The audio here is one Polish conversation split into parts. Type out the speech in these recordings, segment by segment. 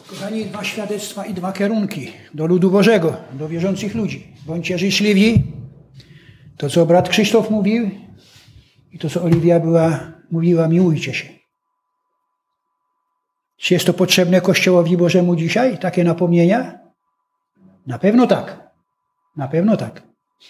Kochani, dwa świadectwa i dwa kierunki do ludu Bożego, do wierzących ludzi. Bądźcie życzliwi. To, co brat Krzysztof mówił i to, co Oliwia mówiła, miłujcie się. Czy jest to potrzebne Kościołowi Bożemu dzisiaj, takie napomnienia? Na pewno tak. Na pewno tak.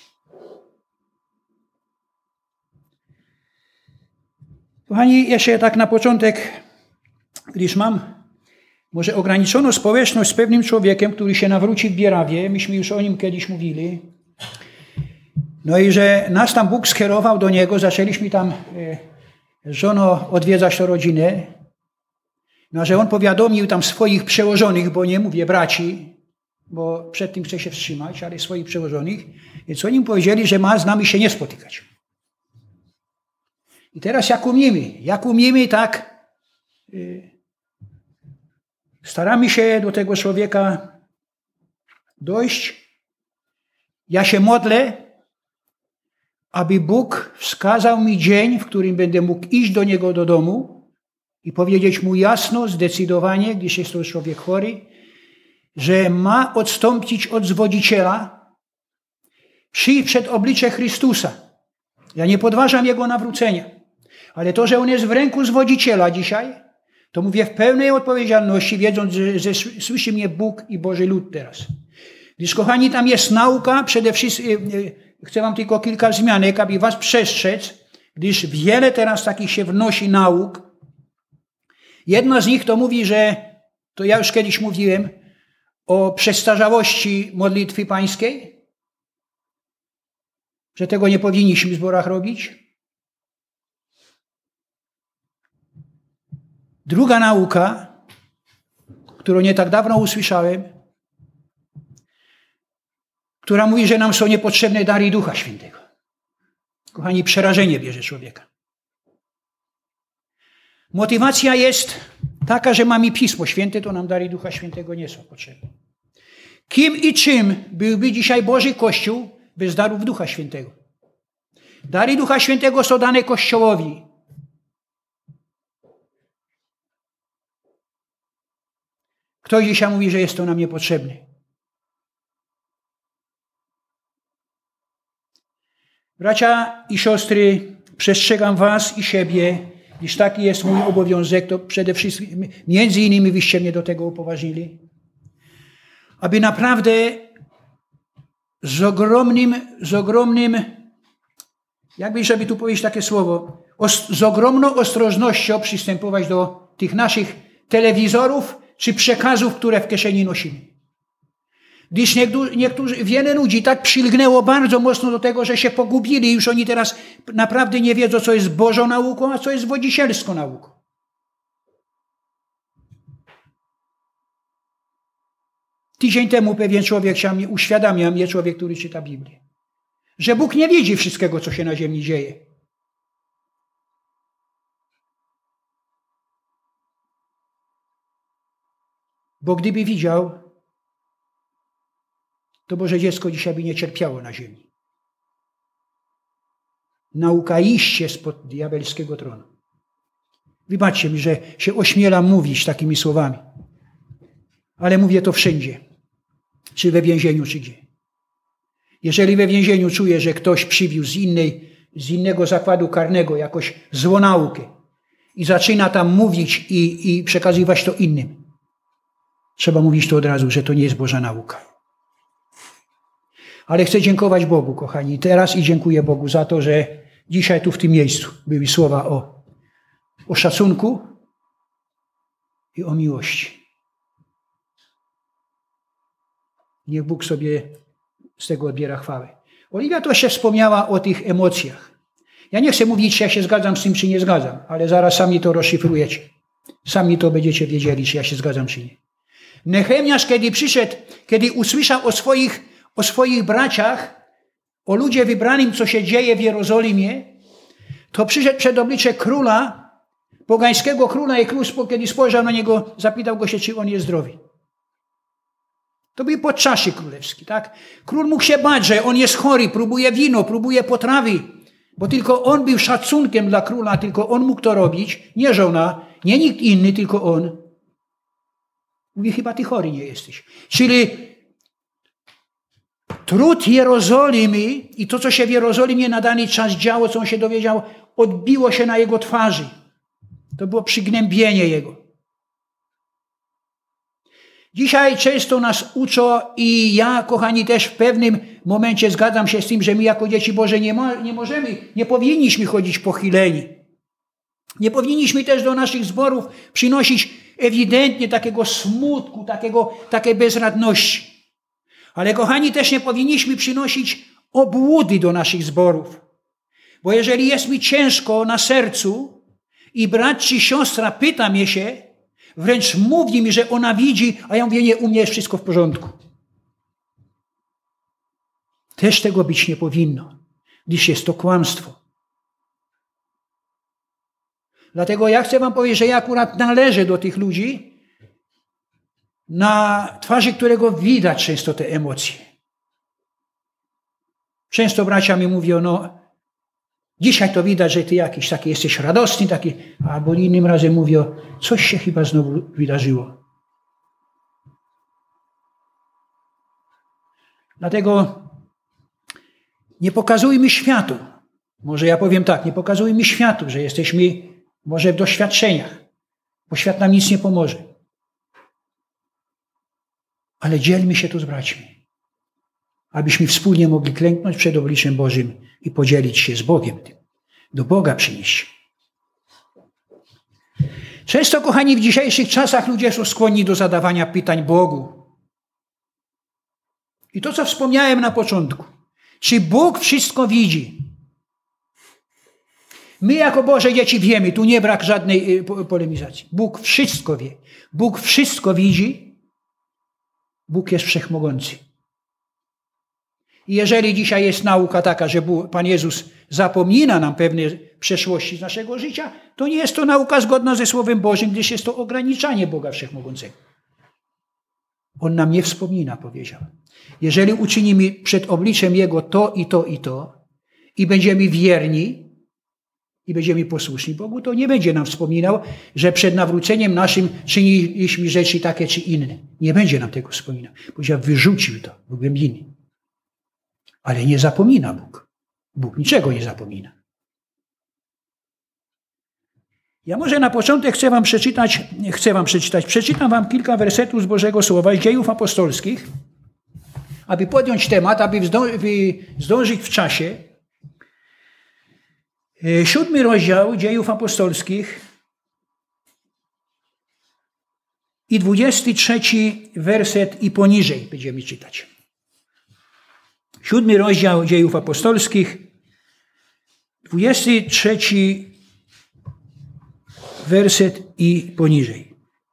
Kochani, jeszcze tak na początek, gdyż mam może ograniczoną społeczność z pewnym człowiekiem, który się nawróci w Bierawie. Myśmy już o nim kiedyś mówili. No i że nas tam Bóg skierował do niego. Zaczęliśmy tam z żoną odwiedzać tę rodzinę. No, że on powiadomił tam swoich przełożonych, bo nie mówię braci, bo przed tym chcę się wstrzymać, ale swoich przełożonych. Więc oni mu powiedzieli, że ma z nami się nie spotykać. I teraz jak umiemy, tak staramy się do tego człowieka dojść. Ja się modlę, aby Bóg wskazał mi dzień, w którym będę mógł iść do niego do domu i powiedzieć mu jasno, zdecydowanie, gdyż jest to człowiek chory, że ma odstąpić od zwodziciela, przyjść przed oblicze Chrystusa. Ja nie podważam jego nawrócenia, ale to, że on jest w ręku zwodziciela dzisiaj, to mówię w pełnej odpowiedzialności, wiedząc, że słyszy mnie Bóg i Boży lud teraz. Gdyż, kochani, tam jest nauka, przede wszystkim, chcę wam tylko kilka wzmianek, aby was przestrzec, gdyż wiele teraz takich się wnosi nauk. Jedna z nich to mówi, że, to ja już kiedyś mówiłem, o przestarzałości modlitwy pańskiej, że tego nie powinniśmy w zborach robić. Druga nauka, którą nie tak dawno usłyszałem, która mówi, że nam są niepotrzebne dary Ducha Świętego. Kochani, przerażenie bierze człowieka. Motywacja jest taka, że mamy Pismo Święte, to nam dary Ducha Świętego nie są potrzebne. Kim i czym byłby dzisiaj Boży Kościół bez darów Ducha Świętego? Dary Ducha Świętego są dane Kościołowi. Ktoś dzisiaj mówi, że jest to nam niepotrzebne. Bracia i siostry, przestrzegam was i siebie, gdyż taki jest mój obowiązek, to przede wszystkim, między innymi wyście mnie do tego upoważnili, aby naprawdę z ogromnym, jakby, żeby tu powiedzieć takie słowo, z ogromną ostrożnością przystępować do tych naszych telewizorów czy przekazów, które w kieszeni nosimy. Gdyż wiele ludzi tak przylgnęło bardzo mocno do tego, że się pogubili. Już oni teraz naprawdę nie wiedzą, co jest Bożą nauką, a co jest wodzicielską nauką. Tydzień temu pewien człowiek uświadamia mnie, człowiek, który czyta Biblię, że Bóg nie widzi wszystkiego, co się na ziemi dzieje. Bo gdyby widział, to Boże dziecko dzisiaj by nie cierpiało na ziemi. Nauka iście spod diabelskiego tronu. Wybaczcie mi, że się ośmielam mówić takimi słowami. Ale mówię to wszędzie. Czy we więzieniu, czy gdzie. Jeżeli we więzieniu czuję, że ktoś przywiózł z innego zakładu karnego jakąś złą naukę i zaczyna tam mówić i przekazywać to innym, trzeba mówić to od razu, że to nie jest Boża nauka. Ale chcę dziękować Bogu, kochani, teraz i dziękuję Bogu za to, że dzisiaj tu w tym miejscu były słowa o szacunku i o miłości. Niech Bóg sobie z tego odbiera chwałę. Oliwia to się wspomniała o tych emocjach. Ja nie chcę mówić, czy ja się zgadzam z tym, czy nie zgadzam, ale zaraz sami to rozszyfrujecie. Sami to będziecie wiedzieli, czy ja się zgadzam, czy nie. Nehemiasz, kiedy przyszedł, kiedy usłyszał o swoich braciach, o ludzie wybranym, co się dzieje w Jerozolimie, to przyszedł przed oblicze króla, pogańskiego króla i król, kiedy spojrzał na niego, zapytał go się, czy on jest zdrowy. To był podczaszy królewski, tak? Król mógł się bać, że on jest chory, próbuje wino, próbuje potrawy, bo tylko on był szacunkiem dla króla, tylko on mógł to robić, nie żona, nie nikt inny, tylko on. Mówi, chyba ty chory nie jesteś. Czyli trud Jerozolimy i to, co się w Jerozolimie na dany czas działo, co on się dowiedział, odbiło się na jego twarzy. To było przygnębienie jego. Dzisiaj często nas uczą i ja, kochani, też w pewnym momencie zgadzam się z tym, że my jako dzieci Boże nie powinniśmy chodzić pochyleni. Nie powinniśmy też do naszych zborów przynosić ewidentnie takiego smutku, takiej bezradności. Ale kochani, też nie powinniśmy przynosić obłudy do naszych zborów. Bo jeżeli jest mi ciężko na sercu i brat czy siostra pyta mnie się, wręcz mówi mi, że ona widzi, a ja mówię, nie, u mnie jest wszystko w porządku. Też tego być nie powinno, gdyż jest to kłamstwo. Dlatego ja chcę wam powiedzieć, że ja akurat należę do tych ludzi, na twarzy którego widać często te emocje. Często bracia mi mówią, no dzisiaj to widać, że ty jakiś taki jesteś radosny, taki, albo innym razem mówią, coś się chyba znowu wydarzyło. Dlatego nie pokazujmy światu, może ja powiem tak, nie pokazujmy światu, że jesteśmy może w doświadczeniach, bo świat nam nic nie pomoże. Ale dzielmy się tu z braćmi, abyśmy wspólnie mogli klęknąć przed obliczem Bożym i podzielić się z Bogiem tym. Do Boga przynieść. Często, kochani, w dzisiejszych czasach ludzie są skłonni do zadawania pytań Bogu. I to, co wspomniałem na początku. Czy Bóg wszystko widzi? My jako Boże dzieci wiemy, tu nie brak żadnej polemizacji. Bóg wszystko wie. Bóg wszystko widzi. Bóg jest wszechmogący. I jeżeli dzisiaj jest nauka taka, że Pan Jezus zapomina nam pewne przeszłości z naszego życia, to nie jest to nauka zgodna ze Słowem Bożym, gdyż jest to ograniczanie Boga Wszechmogącego. On nam nie wspomina, powiedział. Jeżeli uczynimy przed obliczem Jego to i to i to i będziemy wierni i będziemy posłuszni Bogu, to nie będzie nam wspominał, że przed nawróceniem naszym czyniliśmy rzeczy takie czy inne. Nie będzie nam tego wspominał. Powiedział, wyrzucił to w głębiny. Ale nie zapomina Bóg. Bóg niczego nie zapomina. Ja może na początek przeczytam wam kilka wersetów z Bożego Słowa, z Dziejów Apostolskich, aby podjąć temat, aby zdążyć w czasie. 7 rozdział Dziejów Apostolskich i 23 werset i poniżej będziemy czytać. 7 rozdział Dziejów Apostolskich, 23 werset i poniżej.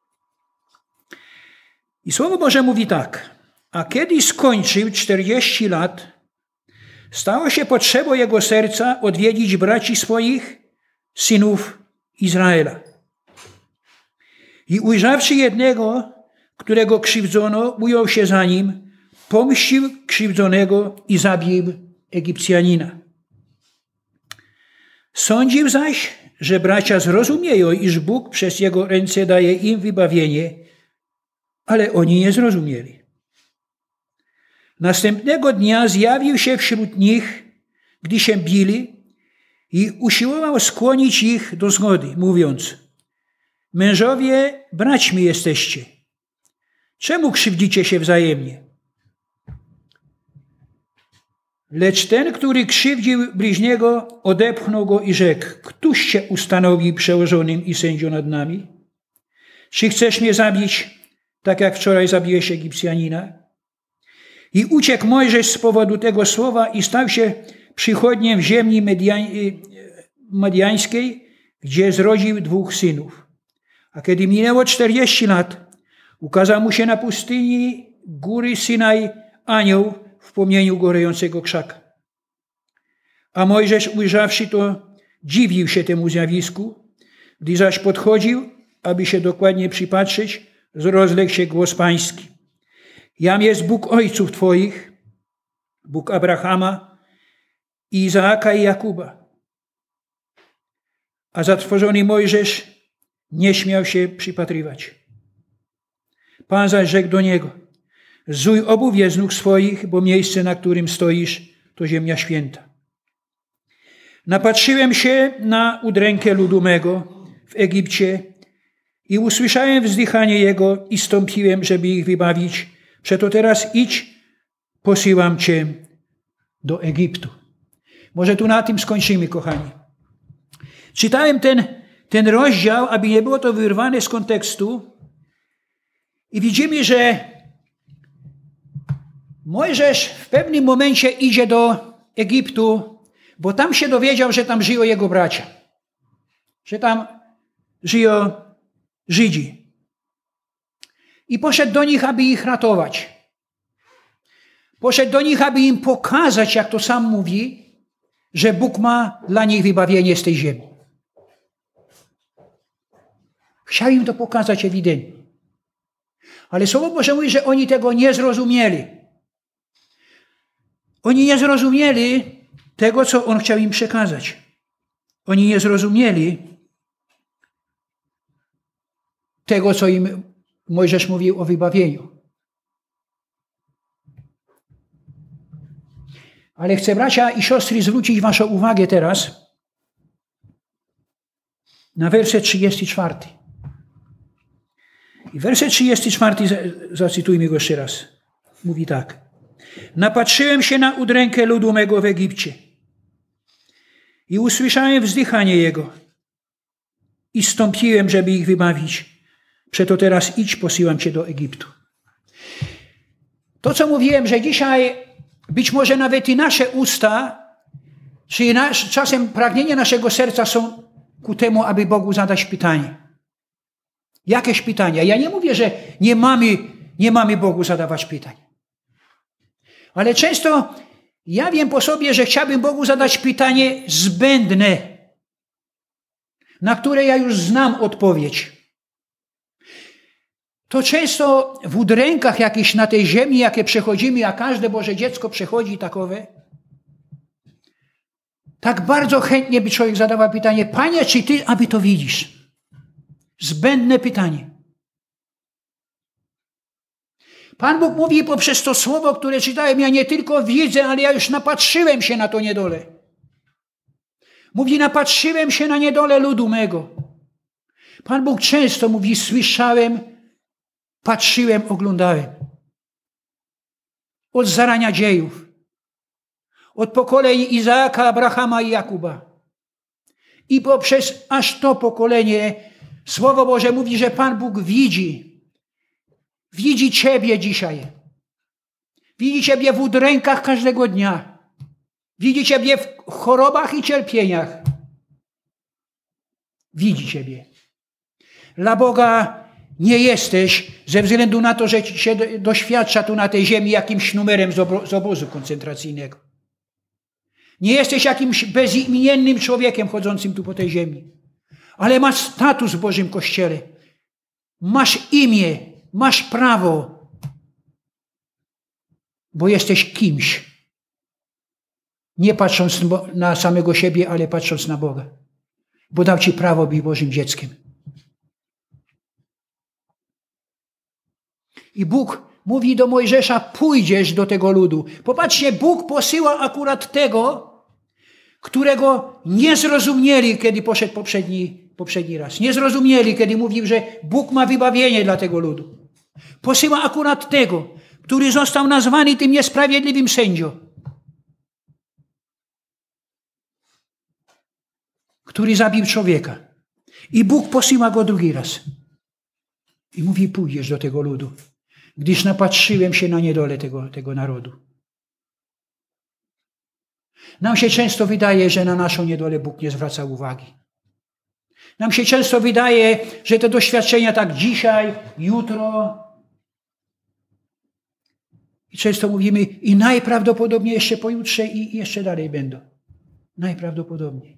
I Słowo Boże mówi tak. A kiedy skończył 40 lat, stało się potrzebą jego serca odwiedzić braci swoich, synów Izraela. I ujrzawszy jednego, którego krzywdzono, ujął się za nim, pomścił krzywdzonego i zabił Egipcjanina. Sądził zaś, że bracia zrozumieją, iż Bóg przez jego ręce daje im wybawienie, ale oni nie zrozumieli. Następnego dnia zjawił się wśród nich, gdy się bili, i usiłował skłonić ich do zgody, mówiąc: mężowie, braćmi jesteście. Czemu krzywdzicie się wzajemnie? Lecz ten, który krzywdził bliźniego, odepchnął go i rzekł: któż się ustanowił przełożonym i sędzią nad nami? Czy chcesz mnie zabić, tak jak wczoraj zabiłeś Egipcjanina? I uciekł Mojżesz z powodu tego słowa i stał się przychodniem w ziemi madiańskiej, gdzie zrodził 2 synów. A kiedy minęło 40 lat, ukazał mu się na pustyni góry Synaj anioł w płomieniu gorejącego krzaka. A Mojżesz, ujrzawszy to, dziwił się temu zjawisku. Gdy zaś podchodził, aby się dokładnie przypatrzeć, rozległ się głos pański: Jam jest Bóg ojców twoich, Bóg Abrahama, i Izaaka i Jakuba. A zatrwożony Mojżesz nie śmiał się przypatrywać. Pan zaś rzekł do niego: zuj obuwie z nóg swoich, bo miejsce, na którym stoisz, to ziemia święta. Napatrzyłem się na udrękę ludu mego w Egipcie i usłyszałem wzdychanie jego i stąpiłem, żeby ich wybawić. Przeto teraz idź, posyłam cię do Egiptu. Może tu na tym skończymy, kochani. Czytałem ten rozdział, aby nie było to wyrwane z kontekstu i widzimy, że Mojżesz w pewnym momencie idzie do Egiptu, bo tam się dowiedział, że tam żyją jego bracia. Że tam żyją Żydzi. I poszedł do nich, aby ich ratować. Poszedł do nich, aby im pokazać, jak to sam mówi, że Bóg ma dla nich wybawienie z tej ziemi. Chciał im to pokazać ewidentnie. Ale Słowo Boże mówi, że oni tego nie zrozumieli. Oni nie zrozumieli tego, co On chciał im przekazać. Oni nie zrozumieli tego, co im Mojżesz mówił o wybawieniu. Ale chcę, bracia i siostry, zwrócić waszą uwagę teraz na werset 34. I werset 34, zacytujmy go jeszcze raz. Mówi tak. Napatrzyłem się na udrękę ludu mego w Egipcie i usłyszałem wzdychanie jego i stąpiłem, żeby ich wybawić. Przeto teraz idź, posyłam cię do Egiptu. To, co mówiłem, że dzisiaj być może nawet i nasze usta, czy czasem pragnienia naszego serca są ku temu, aby Bogu zadać pytanie. Jakieś pytania. Ja nie mówię, że nie mamy Bogu zadawać pytań. Ale często ja wiem po sobie, że chciałbym Bogu zadać pytanie zbędne, na które ja już znam odpowiedź. To często w udrękach jakichś na tej ziemi, jakie przechodzimy, a każde Boże dziecko przechodzi takowe, tak bardzo chętnie by człowiek zadawał pytanie: Panie, czy Ty, aby to widzisz? Zbędne pytanie. Pan Bóg mówi poprzez to słowo, które czytałem: ja nie tylko widzę, ale ja już napatrzyłem się na to niedolę. Mówi: napatrzyłem się na niedolę ludu mego. Pan Bóg często mówi: słyszałem, patrzyłem, oglądałem. Od zarania dziejów. Od pokoleń Izaaka, Abrahama i Jakuba. I poprzez aż to pokolenie Słowo Boże mówi, że Pan Bóg widzi. Widzi Ciebie dzisiaj. Widzi Ciebie w udrękach każdego dnia. Widzi Ciebie w chorobach i cierpieniach. Widzi Ciebie. Dla Boga nie jesteś ze względu na to, że się doświadcza tu na tej ziemi jakimś numerem z obozu koncentracyjnego. Nie jesteś jakimś bezimiennym człowiekiem chodzącym tu po tej ziemi. Ale masz status w Bożym Kościele. Masz imię, masz prawo. Bo jesteś kimś. Nie patrząc na samego siebie, ale patrząc na Boga. Bo dał Ci prawo być Bożym dzieckiem. I Bóg mówi do Mojżesza: pójdziesz do tego ludu. Popatrzcie, Bóg posyła akurat tego, którego nie zrozumieli, kiedy poszedł poprzedni raz. Nie zrozumieli, kiedy mówił, że Bóg ma wybawienie dla tego ludu. Posyła akurat tego, który został nazwany tym niesprawiedliwym sędzią. Który zabił człowieka. I Bóg posyła go drugi raz. I mówi: pójdziesz do tego ludu, gdyż napatrzyłem się na niedolę tego narodu. Nam się często wydaje, że na naszą niedolę Bóg nie zwraca uwagi. Nam się często wydaje, że te doświadczenia tak dzisiaj, jutro. I często mówimy: i najprawdopodobniej jeszcze pojutrze i jeszcze dalej będą. Najprawdopodobniej.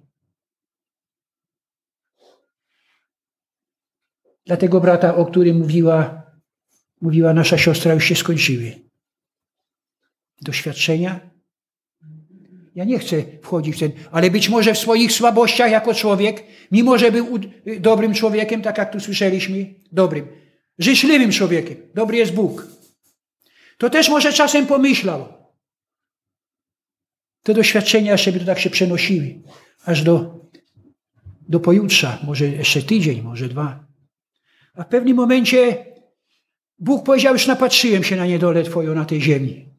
Dla tego brata, o którym mówiła nasza siostra, już się skończyły. Doświadczenia. Ja nie chcę wchodzić w ten, ale być może w swoich słabościach jako człowiek, mimo że był dobrym człowiekiem, tak jak tu słyszeliśmy, dobrym. życzliwym człowiekiem. Dobry jest Bóg. To też może czasem pomyślał. Te doświadczenia jeszcze by to tak się przenosiły. Aż do pojutrza, może jeszcze tydzień, może 2. A w pewnym momencie Bóg powiedział, już napatrzyłem się na niedolę Twoją na tej ziemi.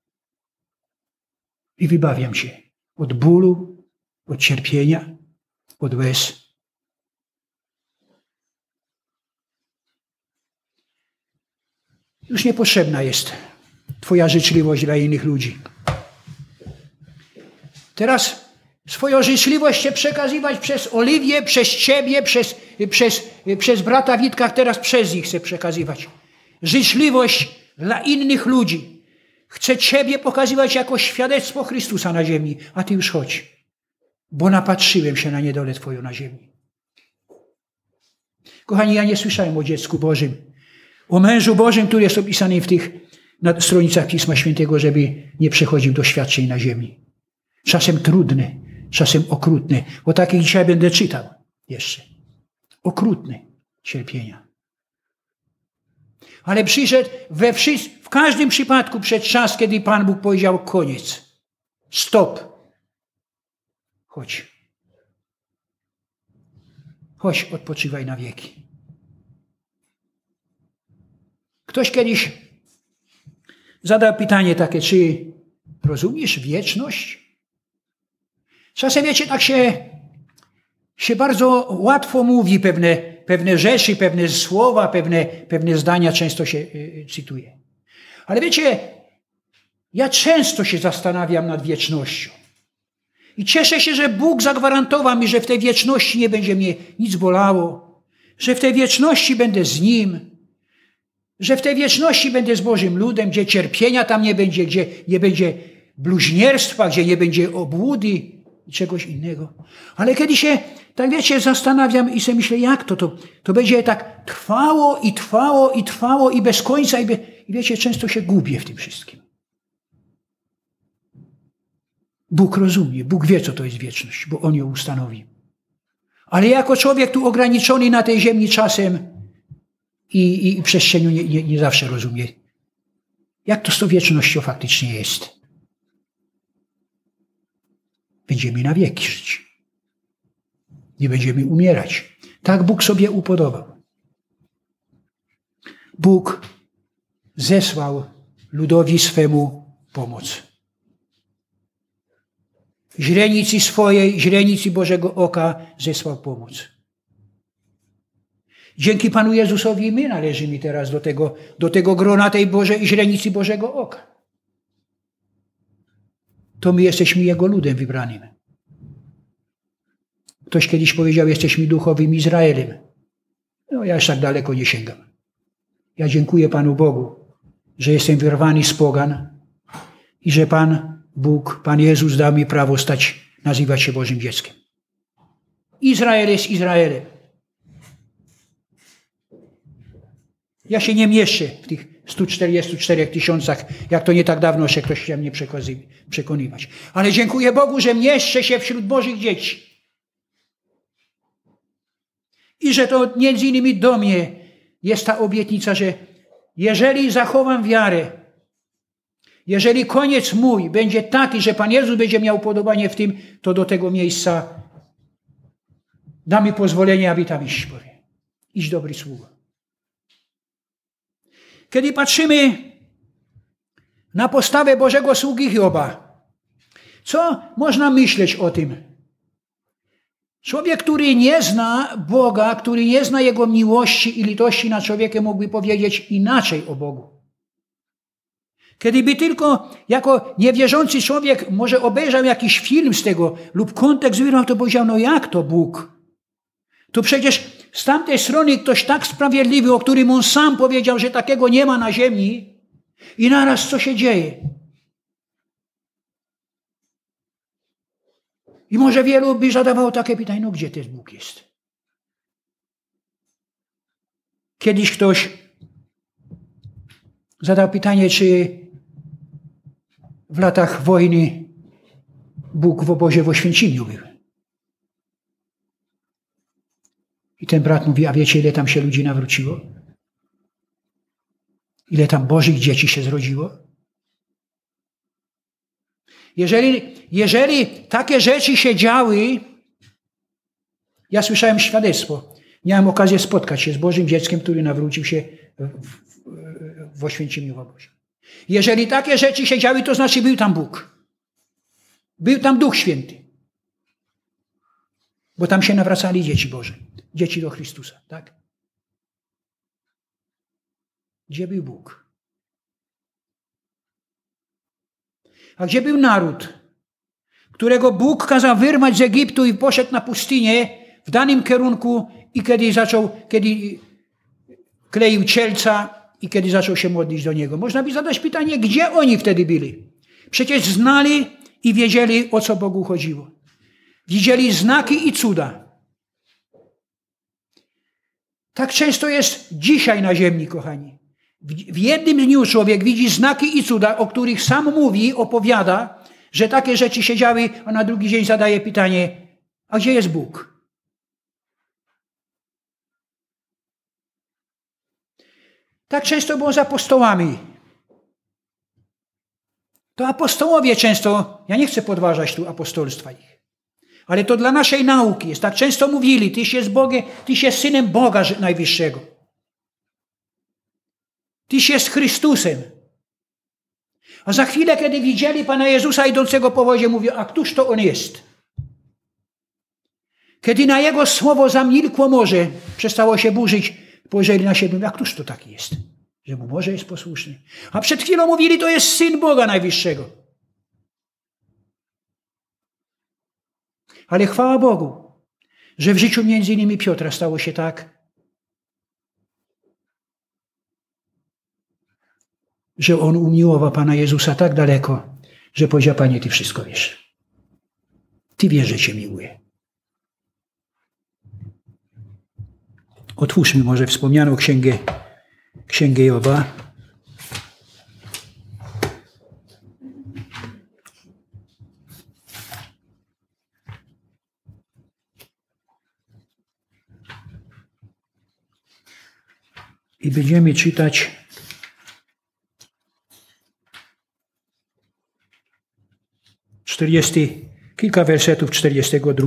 I wybawiam Cię od bólu, od cierpienia, od łez. Już niepotrzebna jest Twoja życzliwość dla innych ludzi. Teraz swoją życzliwość chcę przekazywać przez Oliwię, przez Ciebie, przez brata Witka, teraz przez nich chcę przekazywać. Życzliwość dla innych ludzi. Chcę Ciebie pokazywać jako świadectwo Chrystusa na ziemi, a Ty już chodź, bo napatrzyłem się na niedolę Twoją na ziemi. Kochani, ja nie słyszałem o dziecku Bożym, o mężu Bożym, który jest opisany na stronicach Pisma Świętego, żeby nie przechodził doświadczeń na ziemi. Czasem trudny, czasem okrutny, bo takich dzisiaj będę czytał jeszcze. Okrutny cierpienia. Ale przyszedł w każdym przypadku przed czas, kiedy Pan Bóg powiedział koniec. Stop. Chodź. Chodź, odpoczywaj na wieki. Ktoś kiedyś zadał pytanie takie, czy rozumiesz wieczność? Czasem, wiecie, tak się bardzo łatwo mówi pewne rzeczy, pewne słowa, pewne zdania często się cytuje. Ale wiecie, ja często się zastanawiam nad wiecznością. I cieszę się, że Bóg zagwarantował mi, że w tej wieczności nie będzie mnie nic bolało, że w tej wieczności będę z Nim, że w tej wieczności będę z Bożym ludem, gdzie cierpienia tam nie będzie, gdzie nie będzie bluźnierstwa, gdzie nie będzie obłudy i czegoś innego. Ale kiedy się, tak wiecie, zastanawiam i sobie myślę, jak to będzie tak trwało i trwało i trwało i bez końca i wiecie, często się gubię w tym wszystkim. Bóg rozumie, Bóg wie, co to jest wieczność, bo On ją ustanowi. Ale jako człowiek tu ograniczony na tej ziemi czasem i przestrzenią nie zawsze rozumie, jak to z tą wiecznością faktycznie jest. Będziemy na wieki żyć. Nie będziemy umierać. Tak Bóg sobie upodobał. Bóg zesłał ludowi swemu pomoc. Źrenicy Bożego Oka zesłał pomoc. Dzięki Panu Jezusowi my należymy teraz do tego grona tej źrenicy Bożego Oka. To my jesteśmy Jego ludem wybranym. Ktoś kiedyś powiedział, jesteśmy duchowym Izraelem. No ja już tak daleko nie sięgam. Ja dziękuję Panu Bogu, że jestem wyrwany z pogan i że Pan Bóg, Pan Jezus dał mi prawo nazywać się Bożym dzieckiem. Izrael jest Izraelem. Ja się nie mieszczę w tych 144 000, jak to nie tak dawno się ktoś chciał mnie przekonywać. Ale dziękuję Bogu, że mieszczę się wśród Bożych dzieci. I że to między innymi do mnie jest ta obietnica, że jeżeli zachowam wiarę, jeżeli koniec mój będzie taki, że Pan Jezus będzie miał podobanie w tym, to do tego miejsca da mi pozwolenie, aby tam iść. Idź, dobry sługa. Kiedy patrzymy na postawę Bożego sługi Hioba, co można myśleć o tym? Człowiek, który nie zna Boga, który nie zna Jego miłości i litości nad człowiekiem, mógłby powiedzieć inaczej o Bogu. Kiedyby tylko jako niewierzący człowiek może obejrzał jakiś film z tego lub kontekst wybrał, to powiedział, no jak to Bóg? To przecież z tamtej strony ktoś tak sprawiedliwy, o którym on sam powiedział, że takiego nie ma na ziemi i naraz co się dzieje? I może wielu by zadawało takie pytanie, no gdzie ten Bóg jest? Kiedyś ktoś zadał pytanie, czy w latach wojny Bóg w obozie w Oświęcimiu był. I ten brat mówi, a wiecie, ile tam się ludzi nawróciło? Ile tam Bożych dzieci się zrodziło? Jeżeli takie rzeczy się działy, ja słyszałem świadectwo. Miałem okazję spotkać się z Bożym dzieckiem, który nawrócił się w Oświęcimiu w Obozie. Jeżeli takie rzeczy się działy, to znaczy był tam Bóg. Był tam Duch Święty. Bo tam się nawracali dzieci Boże. Dzieci do Chrystusa. Tak? Gdzie był Bóg? A gdzie był naród, którego Bóg kazał wyrwać z Egiptu i poszedł na pustynię w danym kierunku i kiedy kleił cielca i kiedy zaczął się modlić do Niego. Można by zadać pytanie, gdzie oni wtedy byli? Przecież znali i wiedzieli, o co Bogu chodziło. Widzieli znaki i cuda. Tak często jest dzisiaj na ziemi, kochani. W jednym dniu człowiek widzi znaki i cuda, o których sam mówi, opowiada, że takie rzeczy się działy, a na drugi dzień zadaje pytanie, a gdzie jest Bóg? Tak często było z apostołami. To apostołowie często, ja nie chcę podważać tu apostolstwa ich, ale to dla naszej nauki jest. Tak często mówili, Tyś jest Bogiem, Tyś jest Synem Boga Najwyższego. Tyś jest Chrystusem. A za chwilę, kiedy widzieli Pana Jezusa idącego po wodzie, mówią, a któż to On jest? Kiedy na Jego słowo zamilkło morze, przestało się burzyć, spojrzeli na siebie, a któż to taki jest? Że mu morze jest posłuszny. A przed chwilą mówili, to jest Syn Boga Najwyższego. Ale chwała Bogu, że w życiu między innymi Piotra stało się tak, że on umiłował Pana Jezusa tak daleko, że powiedział, Panie, Ty wszystko wiesz. Ty wiesz, że Cię miłuję. Otwórzmy może wspomnianą księgę Joba. I będziemy czytać kilka wersetów 42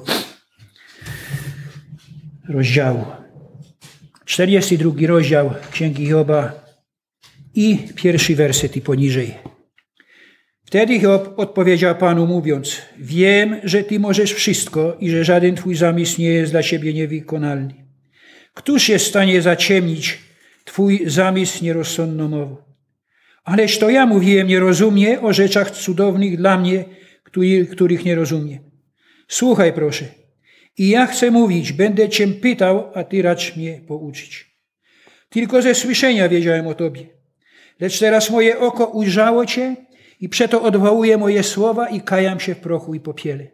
rozdziału. 42 rozdział Księgi Joba i pierwszy werset i poniżej. Wtedy Job odpowiedział Panu mówiąc, wiem, że Ty możesz wszystko i że żaden Twój zamysł nie jest dla Ciebie niewykonalny. Któż jest w stanie zaciemnić Twój zamysł nierozsądną mową? Ależ to ja mówiłem nierozumnie o rzeczach cudownych dla mnie, których nie rozumiem. Słuchaj proszę. I ja chcę mówić, będę Cię pytał, a Ty racz mnie pouczyć. Tylko ze słyszenia wiedziałem o Tobie. Lecz teraz moje oko ujrzało Cię i przeto odwołuję moje słowa i kajam się w prochu i popiele.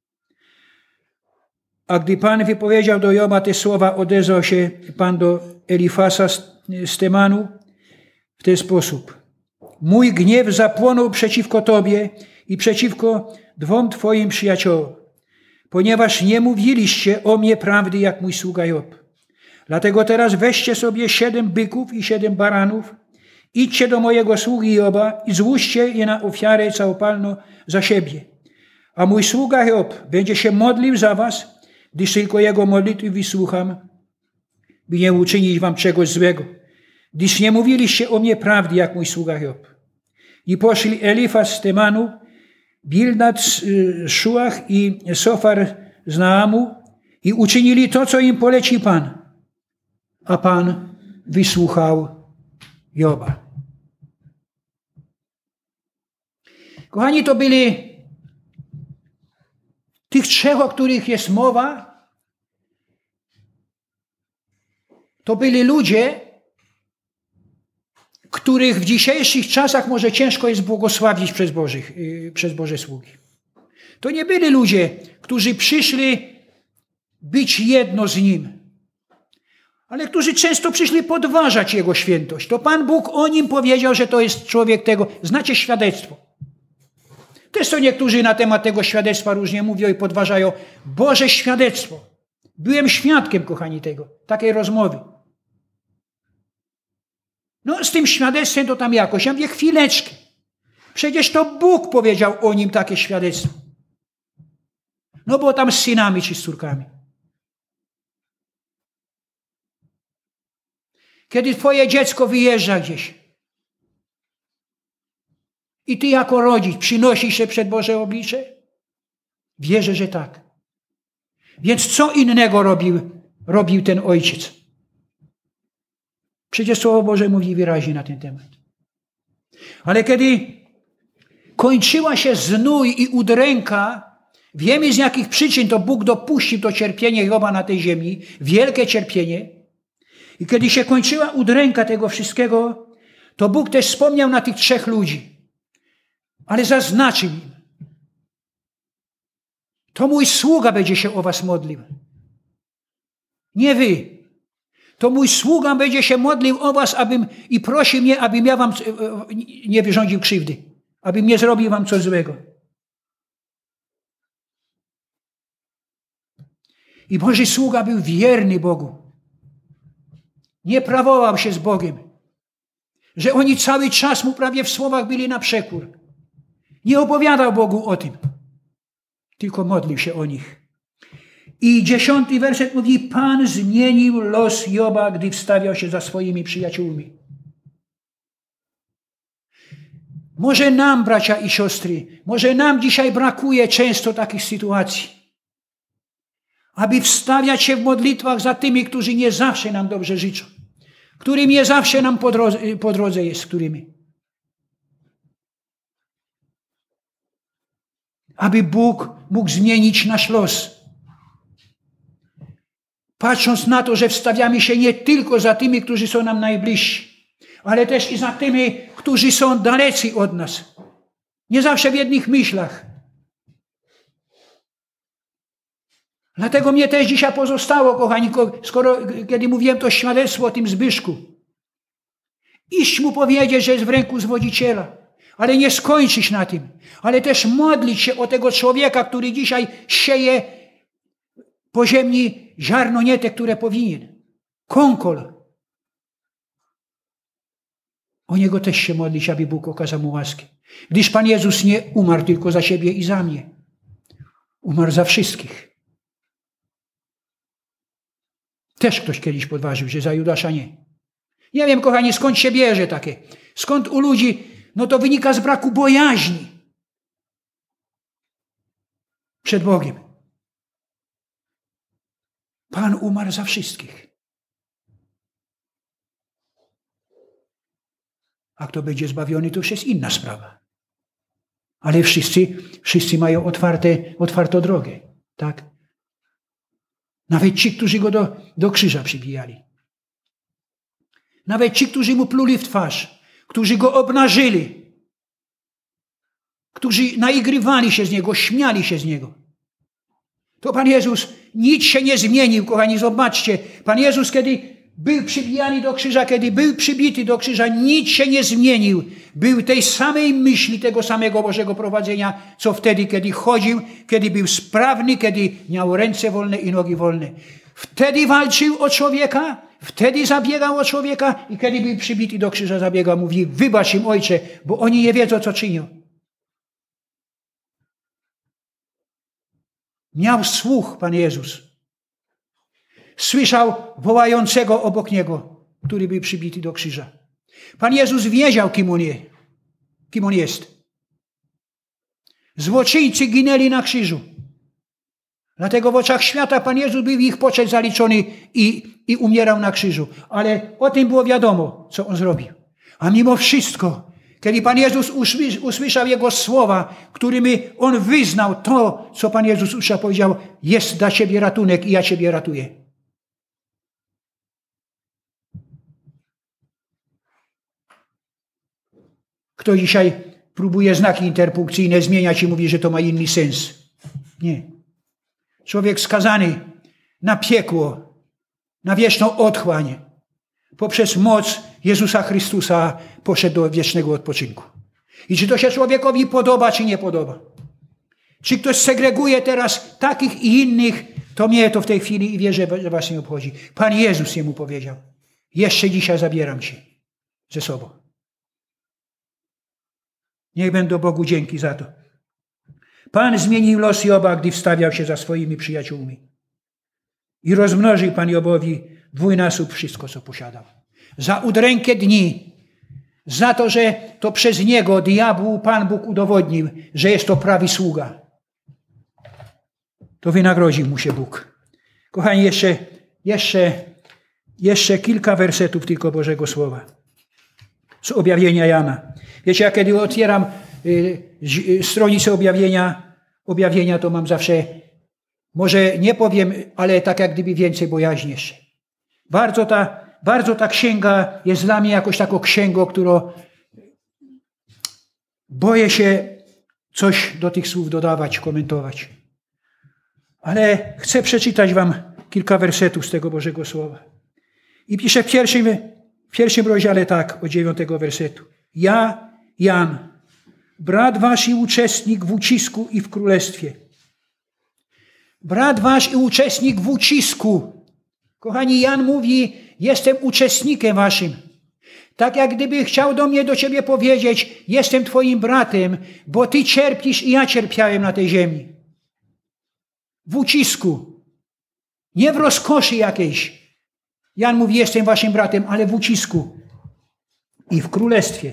A gdy Pan wypowiedział do Joba te słowa, odezwał się Pan do Elifasa z Temanu w ten sposób. Mój gniew zapłonął przeciwko Tobie i przeciwko dwom Twoim przyjaciołom, ponieważ nie mówiliście o mnie prawdy, jak mój sługa Job. Dlatego teraz weźcie sobie 7 byków i 7 baranów, idźcie do mojego sługi Joba i złóżcie je na ofiarę całopalną za siebie. A mój sługa Job będzie się modlił za was, gdyż tylko jego modlitwy wysłucham, by nie uczynić wam czegoś złego. Gdyż nie mówiliście o mnie prawdy, jak mój sługa Job. I poszli Elifas z Temanu, Bildad z Szuach i Sofar z Naamu i uczynili to, co im poleci Pan. A Pan wysłuchał Joba. Kochani, to byli tych trzech, o których jest mowa, to byli ludzie, których w dzisiejszych czasach może ciężko jest błogosławić przez Boże sługi. To nie byli ludzie, którzy przyszli być jedno z Nim, ale którzy często przyszli podważać Jego świętość. To Pan Bóg o Nim powiedział, że to jest człowiek tego. Znacie świadectwo. Też to niektórzy na temat tego świadectwa różnie mówią i podważają. Boże świadectwo. Byłem świadkiem, kochani, takiej rozmowy. No z tym świadectwem to tam jakoś. Ja mówię, chwileczkę. Przecież to Bóg powiedział o nim takie świadectwo. No bo tam z synami czy z córkami. Kiedy twoje dziecko wyjeżdża gdzieś i ty jako rodzic przynosisz się przed Boże oblicze? Wierzę, że tak. Więc co innego robił ten ojciec? Przecież Słowo Boże mówi wyraźnie na ten temat. Ale kiedy kończyła się znój i udręka, wiemy z jakich przyczyn to Bóg dopuścił to cierpienie Joba na tej ziemi, wielkie cierpienie. I kiedy się kończyła udręka tego wszystkiego, to Bóg też wspomniał na tych 3 ludzi. Ale zaznaczył im. To mój sługa będzie się o was modlił. Nie wy. To mój sługa będzie się modlił o was i prosił mnie, abym ja wam nie wyrządził krzywdy. Abym nie zrobił wam coś złego. I Boży sługa był wierny Bogu. Nie prawował się z Bogiem. Że oni cały czas mu prawie w słowach byli na przekór. Nie opowiadał Bogu o tym. Tylko modlił się o nich. I 10 werset mówi, Pan zmienił los Joba, gdy wstawiał się za swoimi przyjaciółmi. Może nam, bracia i siostry, może nam dzisiaj brakuje często takich sytuacji, aby wstawiać się w modlitwach za tymi, którzy nie zawsze nam dobrze życzą, którym nie zawsze nam po drodze jest, którymi. Aby Bóg mógł zmienić nasz los. Patrząc na to, że wstawiamy się nie tylko za tymi, którzy są nam najbliżsi, ale też i za tymi, którzy są dalecy od nas. Nie zawsze w jednych myślach. Dlatego mnie też dzisiaj pozostało, kochani, kiedy mówiłem to świadectwo o tym Zbyszku. Iść mu powiedzieć, że jest w ręku zwodziciela. Ale nie skończyć na tym. Ale też modlić się o tego człowieka, który dzisiaj sieje po ziemi ziarno nie te, które powinien. Kąkol. O niego też się modlić, aby Bóg okazał mu łaskę. Gdyż Pan Jezus nie umarł tylko za siebie i za mnie. Umarł za wszystkich. Też ktoś kiedyś podważył, że za Judasza nie. Nie wiem, kochani, skąd się bierze takie. Skąd u ludzi, no to wynika z braku bojaźni przed Bogiem. Pan umarł za wszystkich. A kto będzie zbawiony, to już jest inna sprawa. Ale wszyscy mają otwartą drogę. Tak? Nawet ci, którzy go do krzyża przybijali. Nawet ci, którzy mu pluli w twarz. Którzy go obnażyli. Którzy naigrywali się z niego, śmiali się z niego. To Pan Jezus nic się nie zmienił, kochani, zobaczcie. Pan Jezus, kiedy był przybijany do krzyża, kiedy był przybity do krzyża, nic się nie zmienił. Był tej samej myśli, tego samego Bożego prowadzenia, co wtedy, kiedy chodził, kiedy był sprawny, kiedy miał ręce wolne i nogi wolne. Wtedy walczył o człowieka, wtedy zabiegał o człowieka i kiedy był przybity do krzyża, zabiegał, mówi, wybacz im, Ojcze, bo oni nie wiedzą, co czynią. Miał słuch Pan Jezus. Słyszał wołającego obok niego, który był przybity do krzyża. Pan Jezus wiedział, kim on jest. Złoczyńcy ginęli na krzyżu. Dlatego w oczach świata Pan Jezus był ich poczet zaliczony i umierał na krzyżu. Ale o tym było wiadomo, co on zrobił. A mimo wszystko, kiedy Pan Jezus usłyszał Jego słowa, którymi On wyznał to, co Pan Jezus usłyszał, powiedział, jest dla Ciebie ratunek i ja Ciebie ratuję. Kto dzisiaj próbuje znaki interpunkcyjne zmieniać i mówi, że to ma inny sens. Nie. Człowiek skazany na piekło, na wieczną otchłań, poprzez moc Jezusa Chrystusa poszedł do wiecznego odpoczynku. I czy to się człowiekowi podoba, czy nie podoba? Czy ktoś segreguje teraz takich i innych, to mnie to w tej chwili i wierzę, że was nie obchodzi. Pan Jezus jemu powiedział, jeszcze dzisiaj zabieram cię. ze sobą. Niech będą Bogu dzięki za to. Pan zmienił los Joba, gdy wstawiał się za swoimi przyjaciółmi. I rozmnożył Pan Jobowi dwójnasób wszystko, co posiadał. Za udrękę dni, za to, że to przez niego diabłu Pan Bóg udowodnił, że jest to prawy sługa. To wynagrodził mu się Bóg. Kochani, jeszcze kilka wersetów tylko Bożego Słowa. Z objawienia Jana. Wiecie, ja kiedy otwieram stronicę objawienia, to mam zawsze, może nie powiem, ale tak jak gdyby więcej bojaźni jeszcze. Bardzo ta księga jest dla mnie jakoś taką księgą, którą boję się coś do tych słów dodawać, komentować. Ale chcę przeczytać wam kilka wersetów z tego Bożego Słowa. I pisze w pierwszym rozdziale tak, od 9 wersetu. Ja, Jan, brat wasz i uczestnik w ucisku i w królestwie. Brat wasz i uczestnik w ucisku. Kochani, Jan mówi, jestem uczestnikiem waszym. Tak jak gdyby chciał do ciebie powiedzieć, jestem twoim bratem, bo ty cierpisz i ja cierpiałem na tej ziemi. W ucisku. Nie w rozkoszy jakiejś. Jan mówi, jestem waszym bratem, ale w ucisku. I w królestwie.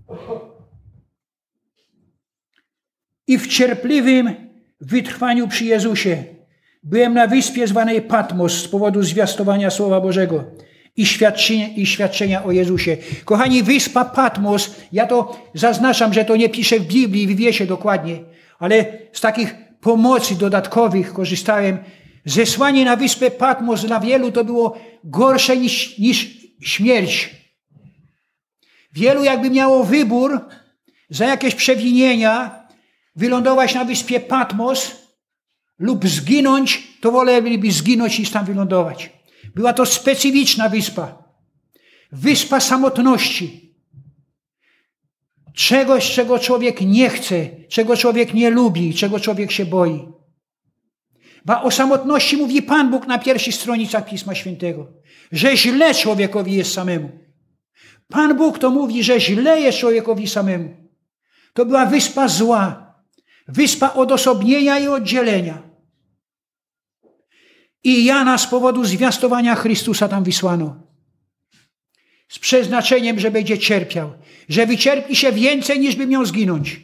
I w cierpliwym wytrwaniu przy Jezusie. Byłem na wyspie zwanej Patmos z powodu zwiastowania Słowa Bożego i świadczenia o Jezusie. Kochani, wyspa Patmos, ja to zaznaczam, że to nie piszę w Biblii, w Wiesie dokładnie, ale z takich pomocy dodatkowych korzystałem. Zesłanie na wyspę Patmos dla wielu to było gorsze niż śmierć. Wielu jakby miało wybór za jakieś przewinienia wylądować na wyspie Patmos lub zginąć, to woleliby zginąć niż tam wylądować. Była to specyficzna wyspa. Wyspa samotności. Czegoś, czego człowiek nie chce, czego człowiek nie lubi, czego człowiek się boi. Bo o samotności mówi Pan Bóg na pierwszych stronicach Pisma Świętego. Że źle człowiekowi jest samemu. Pan Bóg to mówi, że źle jest człowiekowi samemu. To była wyspa zła. Wyspa odosobnienia i oddzielenia. I Jana z powodu zwiastowania Chrystusa tam wysłano. Z przeznaczeniem, że będzie cierpiał. Że wycierpi się więcej, niż by miał zginąć.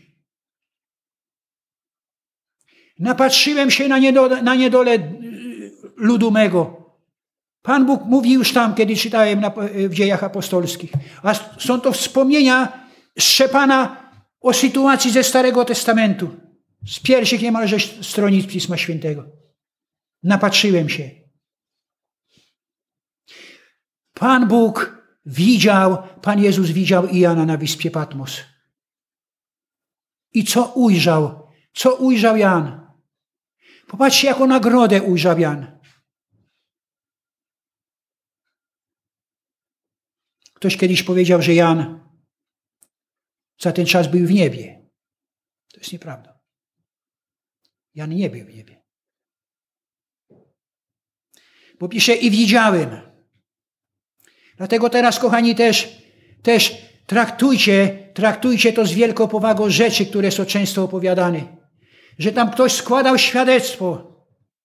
Napatrzyłem się na niedolę ludu mego. Pan Bóg mówi już tam, kiedy czytałem w Dziejach Apostolskich. A są to wspomnienia Szczepana o sytuacji ze Starego Testamentu. Z pierwszych niemalże stronic Pisma Świętego. Napatrzyłem się. Pan Bóg widział, Pan Jezus widział i Jana na wyspie Patmos. I co ujrzał? Co ujrzał Jan? Popatrzcie, jaką nagrodę ujrzał Jan. Ktoś kiedyś powiedział, że Jan za ten czas był w niebie. To jest nieprawda. Jan nie był w niebie. Bo pisze i widziałem. Dlatego teraz, kochani, też traktujcie to z wielką powagą rzeczy, które są często opowiadane. Że tam ktoś składał świadectwo,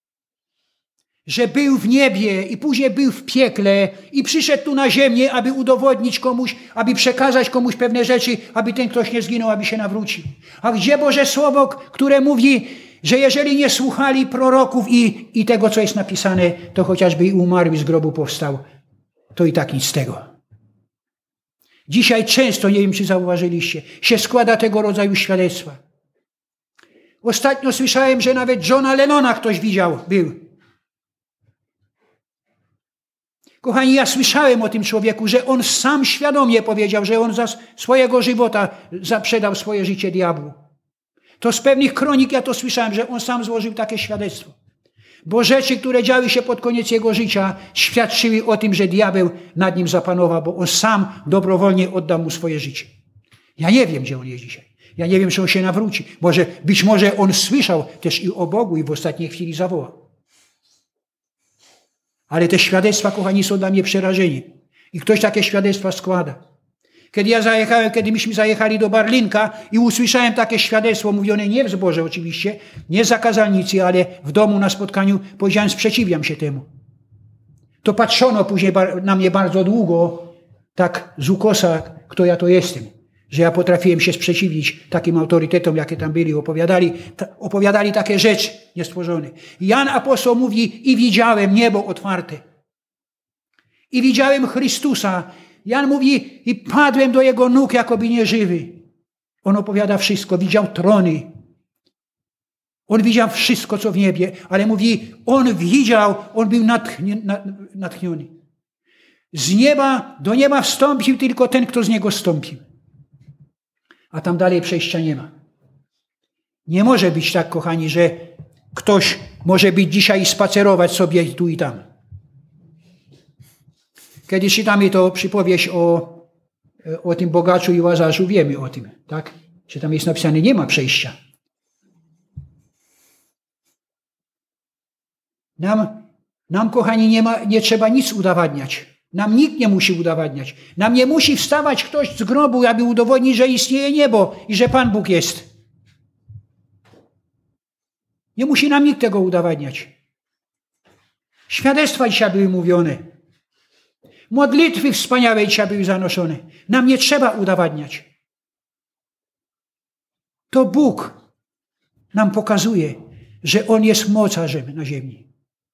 że był w niebie i później był w piekle i przyszedł tu na ziemię, aby udowodnić komuś, aby przekazać komuś pewne rzeczy, aby ten ktoś nie zginął, aby się nawrócił. A gdzie Boże Słowo, które mówi, że jeżeli nie słuchali proroków i tego, co jest napisane, to chociażby i umarły z grobu powstał, to i tak nic z tego. Dzisiaj często, nie wiem czy zauważyliście, się składa tego rodzaju świadectwa. Ostatnio słyszałem, że nawet Johna Lennona ktoś był. Kochani, ja słyszałem o tym człowieku, że on sam świadomie powiedział, że on za swojego żywota zaprzedał swoje życie diabłu. To z pewnych kronik ja to słyszałem, że on sam złożył takie świadectwo. Bo rzeczy, które działy się pod koniec jego życia, świadczyły o tym, że diabeł nad nim zapanował, bo on sam dobrowolnie oddał mu swoje życie. Ja nie wiem, gdzie on jest dzisiaj. Ja nie wiem, czy on się nawróci. Być może on słyszał też i o Bogu i w ostatniej chwili zawołał. Ale te świadectwa, kochani, są dla mnie przerażeniem. I ktoś takie świadectwa składa. Kiedy myśmy zajechali do Barlinka i usłyszałem takie świadectwo mówione nie w zborze oczywiście, nie z zakazalnicy, ale w domu na spotkaniu, powiedziałem, sprzeciwiam się temu. To patrzono później na mnie bardzo długo, tak z ukosa, kto ja to jestem, że ja potrafiłem się sprzeciwić takim autorytetom, jakie tam byli, opowiadali takie rzeczy niestworzone. Jan apostoł mówi, i widziałem niebo otwarte. I widziałem Chrystusa. Jan mówi, i padłem do Jego nóg, jakoby nieżywy. On opowiada wszystko. Widział trony. On widział wszystko, co w niebie, ale mówi, on widział, on był natchniony. Z nieba do nieba wstąpił tylko ten, kto z niego stąpił. A tam dalej przejścia nie ma. Nie może być tak, kochani, że ktoś może być dzisiaj i spacerować sobie tu i tam. Kiedy czytamy to przypowieść o tym bogaczu i Łazarzu, wiemy o tym, tak? Że tam jest napisane, nie ma przejścia. Nam, kochani, nie trzeba nic udowadniać. Nam nikt nie musi udowadniać. Nam nie musi wstawać ktoś z grobu, aby udowodnić, że istnieje niebo i że Pan Bóg jest. Nie musi nam nikt tego udowadniać. Świadectwa dzisiaj były mówione. Modlitwy wspaniałe dzisiaj były zanoszone. Nam nie trzeba udowadniać. To Bóg nam pokazuje, że On jest mocarzem na ziemi.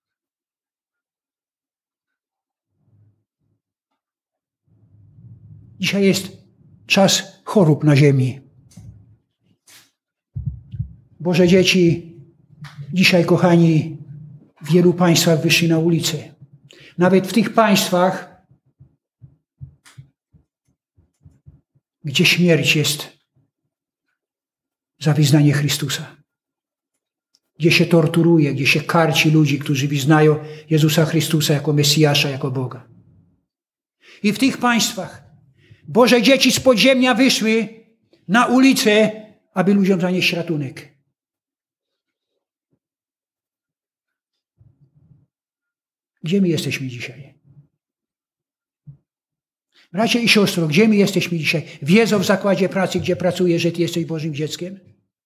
Dzisiaj jest czas chorób na ziemi. Boże dzieci, dzisiaj, kochani, w wielu państwach wyszli na ulicę. Nawet w tych państwach, gdzie śmierć jest za wyznanie Chrystusa. Gdzie się torturuje, gdzie się karci ludzi, którzy wyznają Jezusa Chrystusa jako Mesjasza, jako Boga. I w tych państwach Boże dzieci z podziemia wyszły na ulicę, aby ludziom zanieść ratunek. Gdzie my jesteśmy dzisiaj? Bracia i siostro, gdzie my jesteśmy dzisiaj? Wiedzą w zakładzie pracy, gdzie pracujesz, że Ty jesteś Bożym dzieckiem?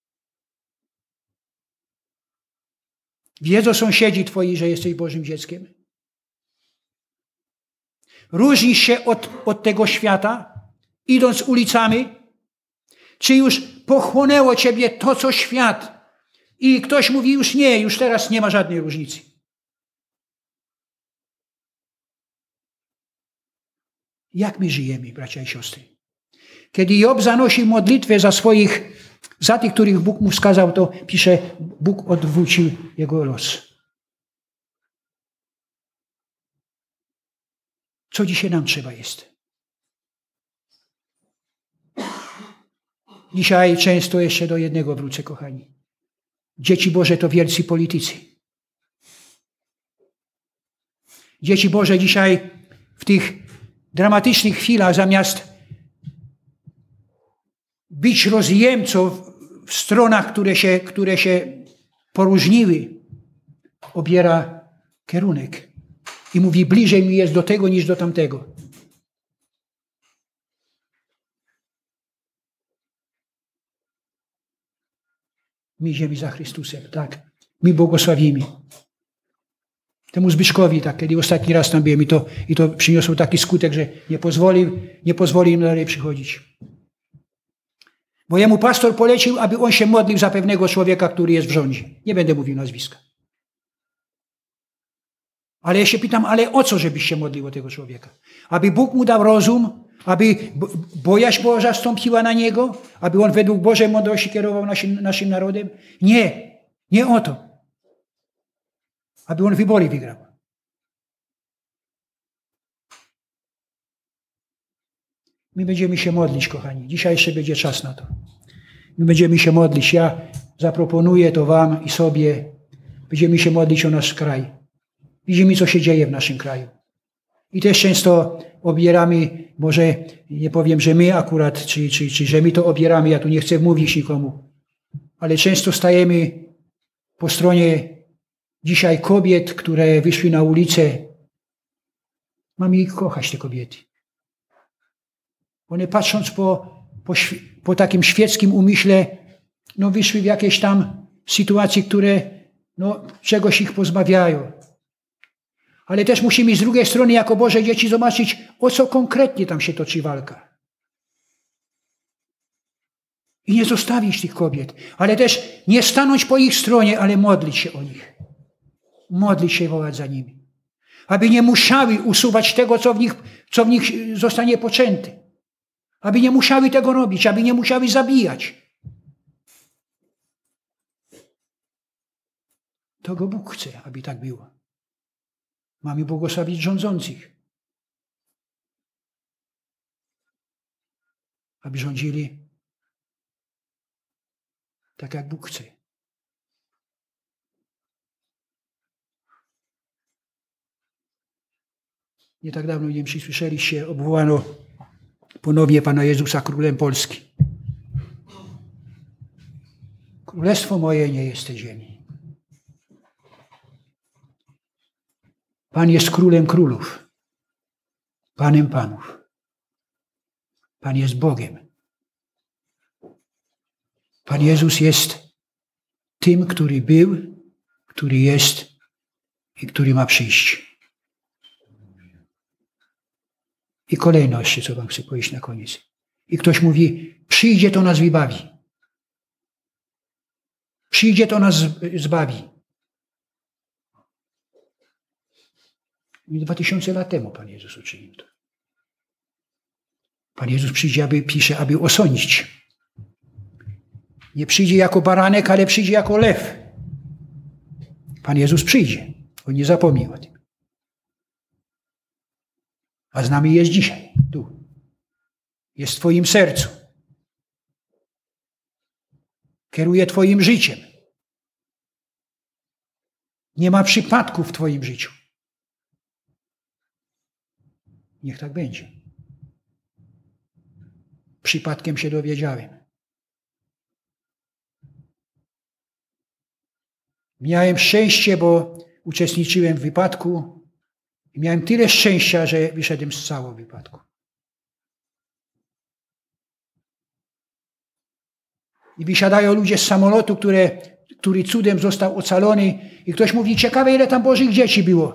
Wiedzą sąsiedzi Twoi, że jesteś Bożym dzieckiem? Różnisz się od tego świata, idąc ulicami? Czy już pochłonęło Ciebie to, co świat? I ktoś mówi, już nie, już teraz nie ma żadnej różnicy. Jak my żyjemy, bracia i siostry? Kiedy Job zanosi modlitwę za tych, których Bóg mu wskazał, to pisze, Bóg odwrócił jego los. Co dzisiaj nam trzeba jest? Dzisiaj często jeszcze do jednego wrócę, kochani. Dzieci Boże to wielcy politycy. Dzieci Boże dzisiaj w tych dramatycznych chwilach, zamiast być rozjemcą w stronach, które się poróżniły, obiera kierunek i mówi, bliżej mi jest do tego niż do tamtego. My idziemy za Chrystusem, tak. My błogosławimy. Temu Zbyszkowi, tak, kiedy ostatni raz tam byłem i to przyniosło taki skutek, że nie pozwolił im dalej przychodzić. Bo jemu pastor polecił, aby on się modlił za pewnego człowieka, który jest w rządzie. Nie będę mówił nazwiska. Ale ja się pytam, ale o co, żebyś się modlił o tego człowieka? Aby Bóg mu dał rozum, aby bojaźń Boża stąpiła na niego, aby on według Bożej mądrości kierował naszym narodem? Nie, nie o to. Aby on wybory wygrał. My będziemy się modlić, kochani. Dzisiaj jeszcze będzie czas na to. My będziemy się modlić. Ja zaproponuję to wam i sobie. Będziemy się modlić o nasz kraj. Widzimy, co się dzieje w naszym kraju. I też często obieramy, może nie powiem, że my akurat, czy że my to obieramy, ja tu nie chcę mówić nikomu, ale często stajemy po stronie dzisiaj kobiet, które wyszły na ulicę. Mamy ich kochać, te kobiety. One patrząc po takim świeckim umyśle, no wyszły w jakieś tam sytuacje, które no, czegoś ich pozbawiają. Ale też musimy z drugiej strony jako Boże dzieci zobaczyć, o co konkretnie tam się toczy walka. I nie zostawić tych kobiet, ale też nie stanąć po ich stronie, ale modlić się o nich. Modlić się i wołać za nimi. Aby nie musiały usuwać tego, co w nich zostanie poczęte. Aby nie musiały tego robić, aby nie musiały zabijać. To go Bóg chce, aby tak było. Mamy błogosławić rządzących. Aby rządzili tak, jak Bóg chce. Nie tak dawno, nie wiem, czy słyszeliście, obwołano ponownie Pana Jezusa królem Polski. Królestwo moje nie jest tej ziemi. Pan jest królem królów, Panem panów. Pan jest Bogiem. Pan Jezus jest tym, który był, który jest i który ma przyjść. I kolejno jeszcze, co wam chcę powiedzieć na koniec. I ktoś mówi, przyjdzie, to nas wybawi. Przyjdzie, to nas zbawi. I 2000 lat temu Pan Jezus uczynił to. Pan Jezus przyjdzie, aby osądzić. Nie przyjdzie jako baranek, ale przyjdzie jako lew. Pan Jezus przyjdzie. On nie zapomni o tym. A z nami jest dzisiaj, tu. Jest w twoim sercu. Kieruje twoim życiem. Nie ma przypadków w twoim życiu. Niech tak będzie. Przypadkiem się dowiedziałem. Miałem szczęście, bo uczestniczyłem w wypadku i miałem tyle szczęścia, że wyszedłem z całego wypadku. I wysiadają ludzie z samolotu, który cudem został ocalony i ktoś mówi, ciekawe ile tam Bożych dzieci było.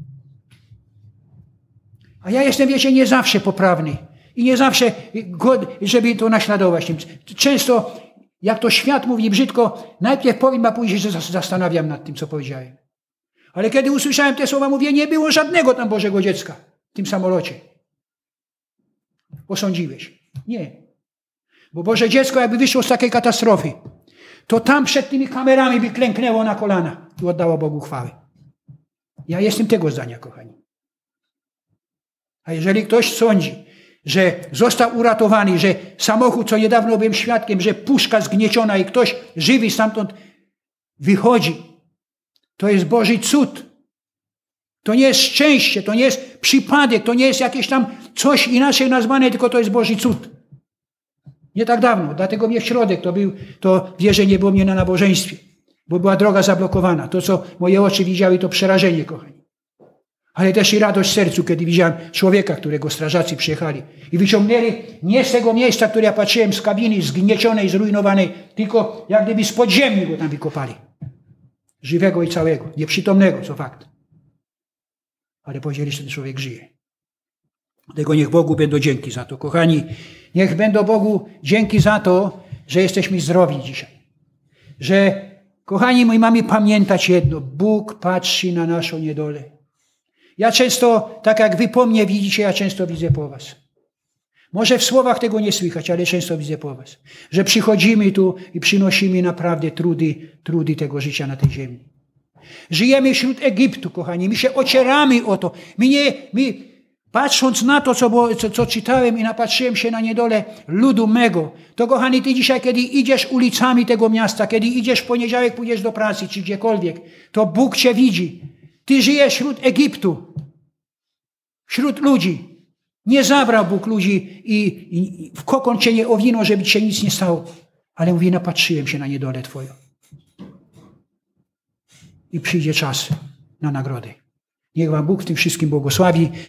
A ja jestem, wiecie, nie zawsze poprawny i nie zawsze godny, żeby to naśladować. Często, jak to świat mówi brzydko, najpierw powiem, a później się zastanawiam nad tym, co powiedziałem. Ale kiedy usłyszałem te słowa, mówię, nie było żadnego tam Bożego dziecka w tym samolocie. Posądziłeś. Nie. Bo Boże dziecko, jakby wyszło z takiej katastrofy, to tam przed tymi kamerami by klęknęło na kolana i oddało Bogu chwałę. Ja jestem tego zdania, kochani. A jeżeli ktoś sądzi, że został uratowany, że samochód, co niedawno byłem świadkiem, że puszka zgnieciona i ktoś żywy stamtąd wychodzi, to jest Boży cud. To nie jest szczęście, to nie jest przypadek, to nie jest jakieś tam coś inaczej nazwane, tylko to jest Boży cud. Nie tak dawno, dlatego mnie w środek to wierzę, nie było mnie na nabożeństwie, bo była droga zablokowana. To, co moje oczy widziały, to przerażenie, kochani. Ale też i radość w sercu, kiedy widziałem człowieka, którego strażacy przyjechali i wyciągnęli nie z tego miejsca, które ja patrzyłem, z kabiny zgniecionej, zrujnowanej, tylko jak gdyby z podziemi go tam wykopali. Żywego i całego, nieprzytomnego, co fakt. Ale powiedzieli, że ten człowiek żyje. Dlatego niech Bogu będą dzięki za to. Kochani, niech będą Bogu dzięki za to, że jesteśmy zdrowi dzisiaj. Że, kochani, my mamy pamiętać jedno. Bóg patrzy na naszą niedolę. Ja często, tak jak wy po mnie widzicie, ja często widzę po was. Może w słowach tego nie słychać, ale często widzę po was. Że przychodzimy tu i przynosimy naprawdę trudy tego życia na tej ziemi. Żyjemy wśród Egiptu, kochani. My się ocieramy o to. My patrząc na to, co czytałem i napatrzyłem się na niedolę ludu mego, to kochani, ty dzisiaj, kiedy idziesz ulicami tego miasta, kiedy idziesz w poniedziałek, pójdziesz do pracy, czy gdziekolwiek, to Bóg cię widzi. Ty żyjesz wśród Egiptu, wśród ludzi. Nie zabrał Bóg ludzi i w kokon cię nie owinął, żeby ci się nic nie stało. Ale mówi, napatrzyłem się na niedolę twoją. I przyjdzie czas na nagrodę. Niech wam Bóg w tym wszystkim błogosławi.